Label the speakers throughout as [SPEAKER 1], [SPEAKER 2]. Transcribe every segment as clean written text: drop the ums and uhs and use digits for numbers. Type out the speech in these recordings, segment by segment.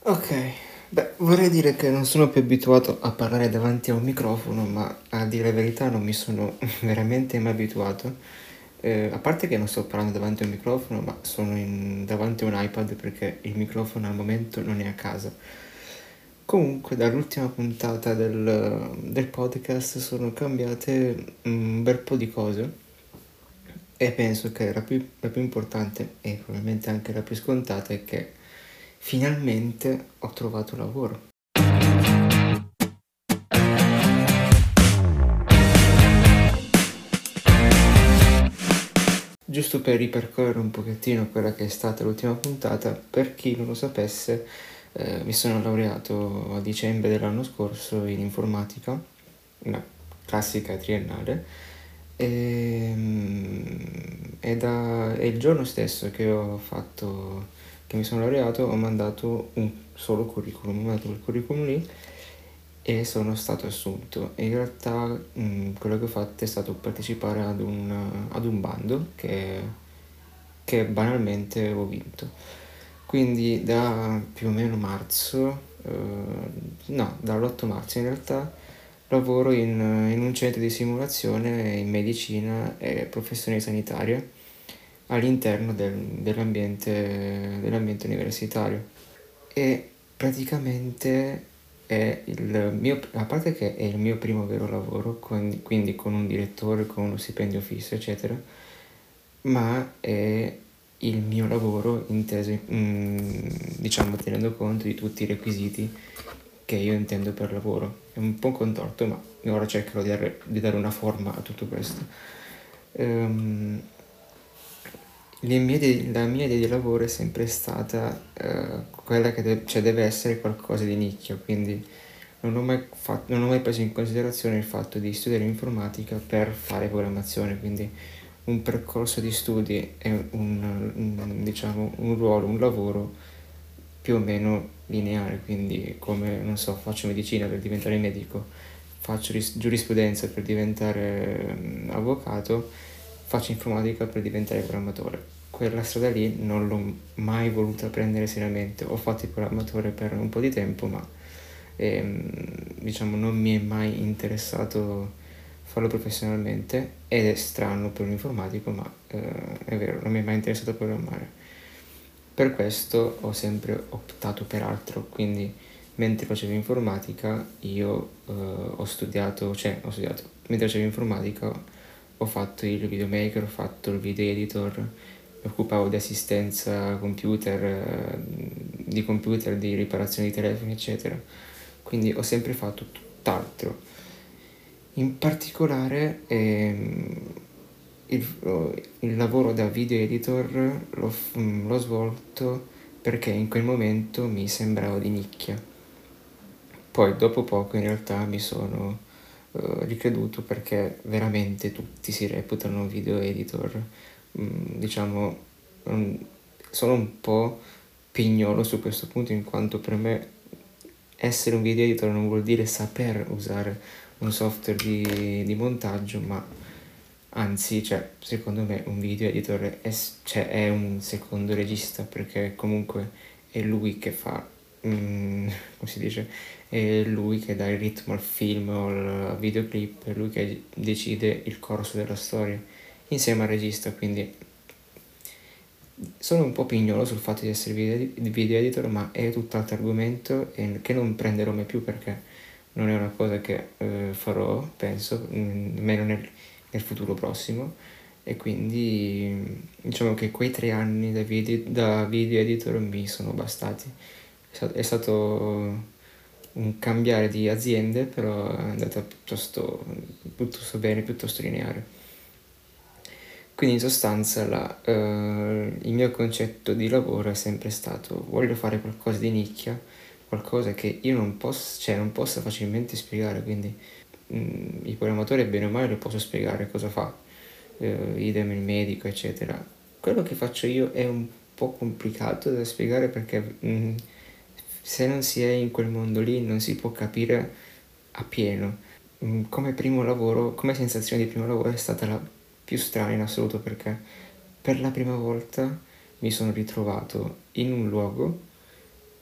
[SPEAKER 1] Ok, vorrei dire che non sono più abituato a parlare davanti a un microfono, ma a dire la verità non mi sono veramente mai abituato. A parte che non sto parlando davanti a un microfono, ma sono davanti a un iPad perché il microfono al momento non è a casa. Comunque, dall'ultima puntata del podcast sono cambiate un bel po' di cose e penso che la più importante e probabilmente anche la più scontata è che finalmente ho trovato lavoro. Giusto per ripercorrere un pochettino quella che è stata l'ultima puntata, per chi non lo sapesse, mi sono laureato a dicembre dell'anno scorso in informatica, una classica triennale, e il giorno stesso che mi sono laureato, ho mandato un solo curriculum, ho mandato quel curriculum lì e sono stato assunto. E in realtà quello che ho fatto è stato partecipare ad un bando che banalmente ho vinto. Quindi da più o meno marzo, no, dall'8 marzo in realtà, lavoro in un centro di simulazione in medicina e professioni sanitarie all'interno dell'ambiente universitario. E praticamente a parte che è il mio primo vero lavoro, quindi con un direttore, con uno stipendio fisso, eccetera, ma è il mio lavoro inteso, diciamo, tenendo conto di tutti i requisiti che io intendo per lavoro. È un po' contorto, ma ora cercherò di dare una forma a tutto questo. Ehm, la mia idea di lavoro è sempre stata quella che cioè deve essere qualcosa di nicchia, quindi non ho mai preso in considerazione il fatto di studiare informatica per fare programmazione, quindi un percorso di studi e diciamo, un ruolo, un lavoro più o meno lineare, quindi come, non so, faccio medicina per diventare medico, faccio giurisprudenza per diventare avvocato, faccio informatica per diventare programmatore. Quella strada lì non l'ho mai voluta prendere seriamente, ho fatto il programmatore per un po' di tempo, ma diciamo non mi è mai interessato farlo professionalmente ed è strano per un informatico, ma è vero, non mi è mai interessato programmare. Per questo ho sempre optato per altro, quindi mentre facevo informatica io mentre facevo informatica ho fatto il videomaker, ho fatto il video editor, mi occupavo di assistenza computer, di riparazione di telefoni, eccetera. Quindi ho sempre fatto tutt'altro. In particolare il lavoro da video editor l'ho svolto perché in quel momento mi sembrava di nicchia. Poi dopo poco in realtà mi sono ricreduto perché veramente tutti si reputano video editor. Diciamo, mm, sono un po' pignolo su questo punto in quanto per me essere un video editor non vuol dire saper usare un software di montaggio, ma anzi, cioè, secondo me un video editor è un secondo regista perché comunque è lui che fa, come si dice, è lui che dà il ritmo al film o al videoclip, è lui che decide il corso della storia insieme al regista, quindi sono un po' pignolo sul fatto di essere video editor, ma è tutt'altro argomento che non prenderò mai più perché non è una cosa che farò, penso, nemmeno nel futuro prossimo. E quindi diciamo che quei 3 anni da video editor mi sono bastati. È stato un cambiare di aziende, però è andata piuttosto bene, piuttosto lineare. Quindi in sostanza il mio concetto di lavoro è sempre stato voglio fare qualcosa di nicchia, qualcosa che io non possa facilmente spiegare, quindi il programmatore bene o male lo posso spiegare cosa fa, idem il medico eccetera. Quello che faccio io è un po' complicato da spiegare perché se non si è in quel mondo lì non si può capire appieno. Come primo lavoro, come sensazione di primo lavoro è stata la più strana in assoluto perché per la prima volta mi sono ritrovato in un luogo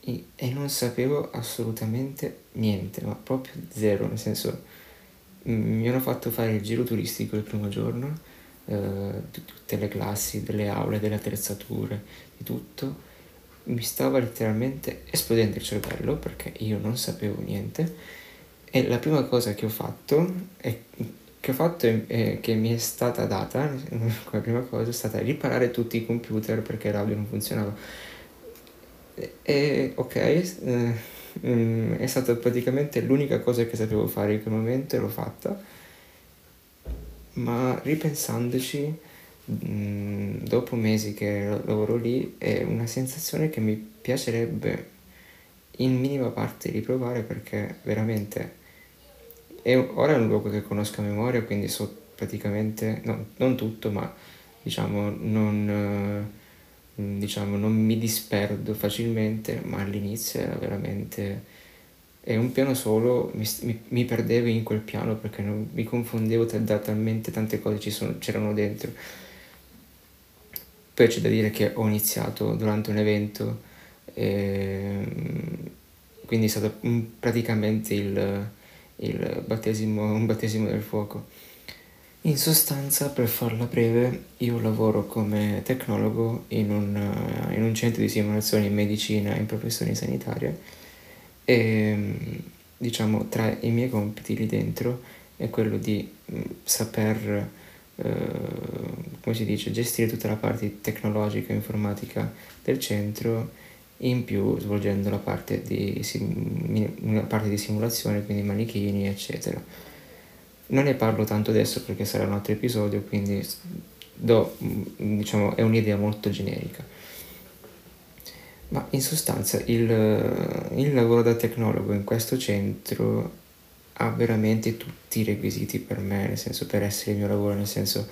[SPEAKER 1] e non sapevo assolutamente niente, ma proprio zero, nel senso mi hanno fatto fare il giro turistico il primo giorno, di tutte le classi, delle aule, delle attrezzature, di tutto. Mi stava letteralmente esplodendo il cervello perché io non sapevo niente e la prima cosa che ho fatto che mi è stata data come prima cosa è stata riparare tutti i computer perché l'audio non funzionava. E ok, è stata praticamente l'unica cosa che sapevo fare in quel momento e l'ho fatta, ma ripensandoci, dopo mesi che lavoro lì, è una sensazione che mi piacerebbe in minima parte riprovare perché veramente ora è un luogo che conosco a memoria, quindi so praticamente, no, non tutto, ma diciamo, non mi disperdo facilmente, ma all'inizio era veramente... E un piano solo mi perdevo in quel piano perché mi confondevo da talmente tante cose c'erano dentro. Poi c'è da dire che ho iniziato durante un evento, quindi è stato praticamente un battesimo del fuoco. In sostanza, per farla breve, io lavoro come tecnologo in un centro di simulazione in medicina e in professioni sanitarie e diciamo tra i miei compiti lì dentro è quello di saper, come si dice, gestire tutta la parte tecnologica e informatica del centro, in più svolgendo una parte di simulazione, quindi manichini, eccetera. Non ne parlo tanto adesso perché sarà un altro episodio, quindi diciamo, è un'idea molto generica. Ma in sostanza il lavoro da tecnologo in questo centro ha veramente tutti i requisiti per me, nel senso per essere il mio lavoro, nel senso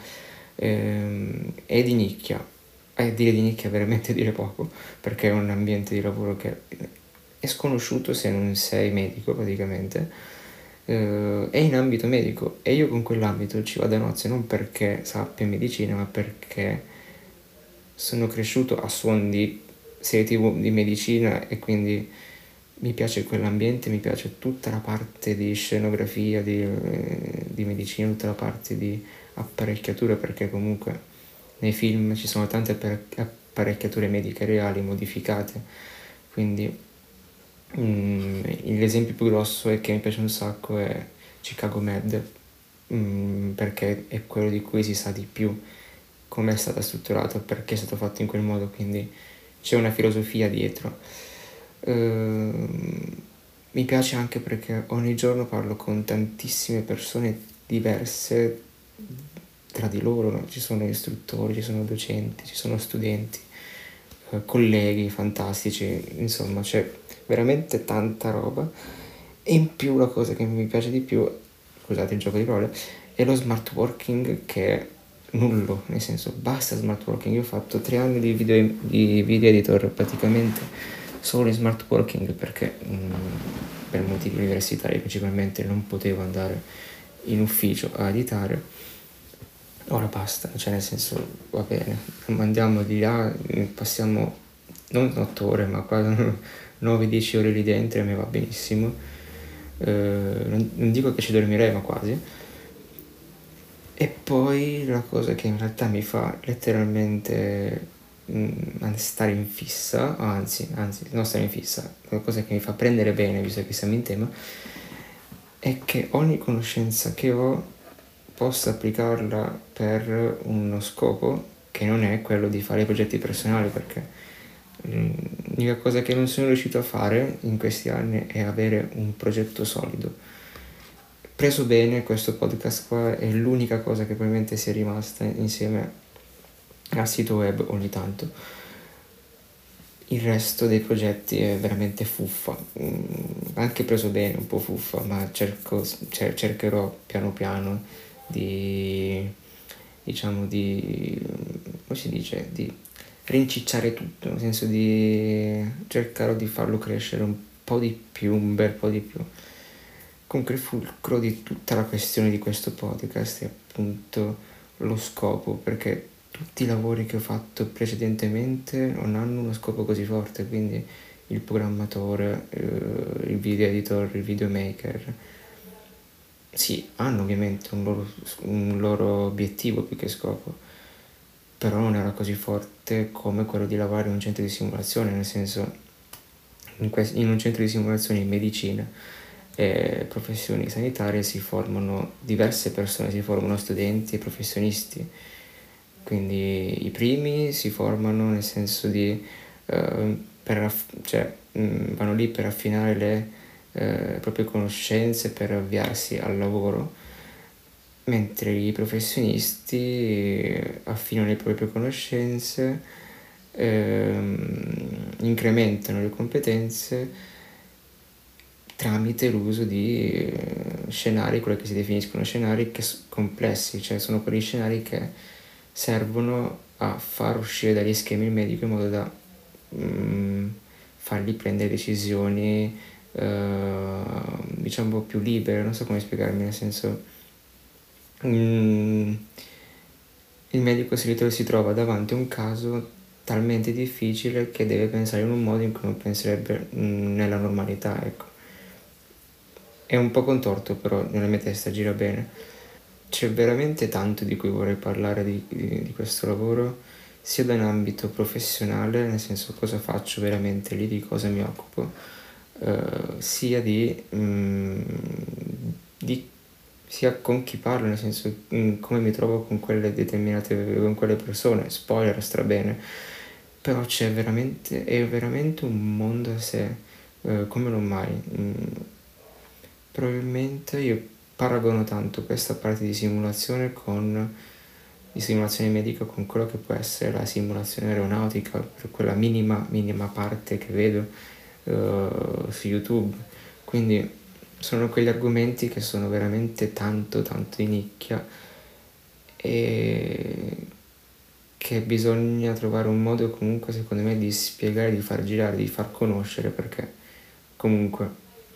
[SPEAKER 1] è di nicchia, dire di nicchia è veramente dire poco, perché è un ambiente di lavoro che è sconosciuto se non sei medico praticamente, è in ambito medico e io con quell'ambito ci vado a nozze non perché sappia medicina, ma perché sono cresciuto a suon di serie TV di medicina e quindi mi piace quell'ambiente, mi piace tutta la parte di scenografia, di medicina, tutta la parte di apparecchiature, perché comunque nei film ci sono tante apparecchiature mediche reali modificate, quindi l'esempio più grosso e che mi piace un sacco è Chicago Med, perché è quello di cui si sa di più come è stata strutturata, perché è stato fatto in quel modo, quindi c'è una filosofia dietro. Mi piace anche perché ogni giorno parlo con tantissime persone diverse tra di loro, no? Ci sono istruttori, ci sono docenti, ci sono studenti, colleghi fantastici, insomma c'è veramente tanta roba. E in più la cosa che mi piace di più, scusate il gioco di parole, è lo smart working che è nullo, nel senso basta smart working. Io ho fatto 3 anni di video editor praticamente solo in smart working perché per motivi universitari principalmente non potevo andare in ufficio a editare. Ora basta, cioè nel senso va bene, andiamo di là, passiamo non 8 ore ma quasi 9-10 ore lì dentro e mi va benissimo. Non dico che ci dormirei ma quasi. E poi la cosa che in realtà mi fa letteralmente stare in fissa, anzi non stare in fissa, la cosa che mi fa prendere bene visto che siamo in tema è che ogni conoscenza che ho possa applicarla per uno scopo che non è quello di fare progetti personali, perché l'unica cosa che non sono riuscito a fare in questi anni è avere un progetto solido. Preso bene, questo podcast qua è l'unica cosa che probabilmente sia rimasta insieme al sito web ogni tanto. Il resto dei progetti è veramente fuffa, anche preso bene, un po' fuffa, ma cercherò piano piano diciamo come si dice, di rincicciare tutto, nel senso di cercare di farlo crescere un po' di più, un bel po' di più. Comunque il fulcro di tutta la questione di questo podcast è appunto lo scopo, perché tutti i lavori che ho fatto precedentemente non hanno uno scopo così forte, quindi il programmatore, il video editor, il videomaker, sì, hanno ovviamente un loro obiettivo più che scopo, però non era così forte come quello di lavorare in un centro di simulazione, nel senso, in un centro di simulazione in medicina e professioni sanitarie si formano diverse persone, si formano studenti e professionisti, quindi i primi si formano nel senso di vanno lì per affinare le proprie conoscenze, per avviarsi al lavoro, mentre i professionisti affinano le proprie conoscenze, incrementano le competenze tramite l'uso di scenari, quelli che si definiscono scenari complessi, cioè sono quegli scenari che servono a far uscire dagli schemi il medico in modo da fargli prendere decisioni diciamo più libere, non so come spiegarmi, nel senso il medico si trova davanti a un caso talmente difficile che deve pensare in un modo in cui non penserebbe nella normalità, ecco. È un po' contorto, però nella mia testa gira bene. C'è veramente tanto di cui vorrei parlare di questo lavoro, sia da un ambito professionale, nel senso cosa faccio veramente lì, di cosa mi occupo, sia sia con chi parlo, nel senso come mi trovo con quelle con quelle persone, spoiler strabene, però è veramente un mondo a sé, come non mai. Probabilmente io paragono tanto questa parte di simulazione medica con quello che può essere la simulazione aeronautica, per quella minima parte che vedo su YouTube. Quindi sono quegli argomenti che sono veramente tanto di nicchia e che bisogna trovare un modo comunque secondo me di spiegare, di far girare, di far conoscere, perché comunque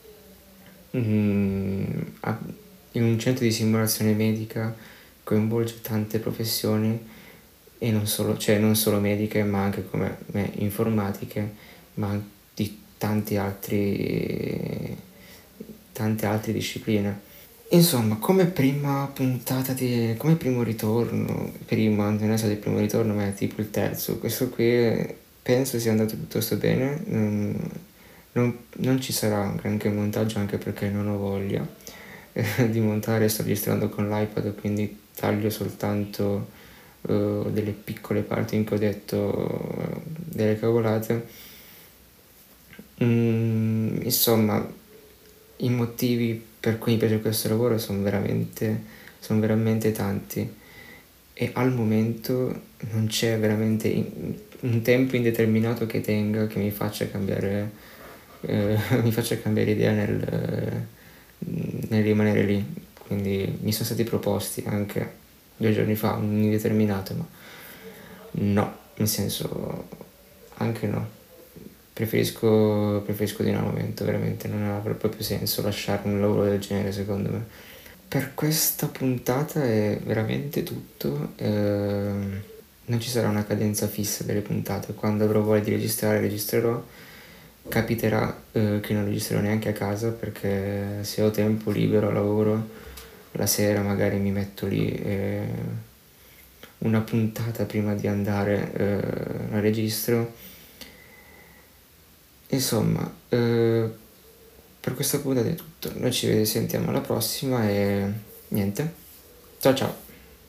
[SPEAKER 1] in un centro di simulazione medica coinvolge tante professioni e non solo mediche, ma anche come me, informatiche, ma di tante altre discipline. Insomma, come prima puntata come primo ritorno, non è stato il primo ritorno, ma è tipo il terzo. Questo qui penso sia andato piuttosto bene. Non ci sarà un granché montaggio, anche perché non ho voglia di montare. Sto registrando con l'iPad, quindi taglio soltanto delle piccole parti in cui ho detto delle cavolate. Insomma, i motivi per cui mi piace questo lavoro sono veramente tanti e al momento non c'è veramente un tempo indeterminato che mi faccia cambiare idea nel rimanere lì. Quindi mi sono stati proposti anche 2 giorni fa un indeterminato, ma no, nel senso anche no. Preferisco di no al momento, veramente non ha proprio senso lasciare un lavoro del genere, secondo me. Per questa puntata è veramente tutto. Non ci sarà una cadenza fissa delle puntate. Quando avrò voglia di registrare, registrerò. Capiterà che non registrerò neanche a casa, perché se ho tempo libero, lavoro, la sera magari mi metto lì una puntata prima di andare la registro. Insomma, per questa puntata è tutto. Noi ci sentiamo alla prossima e niente. Ciao ciao.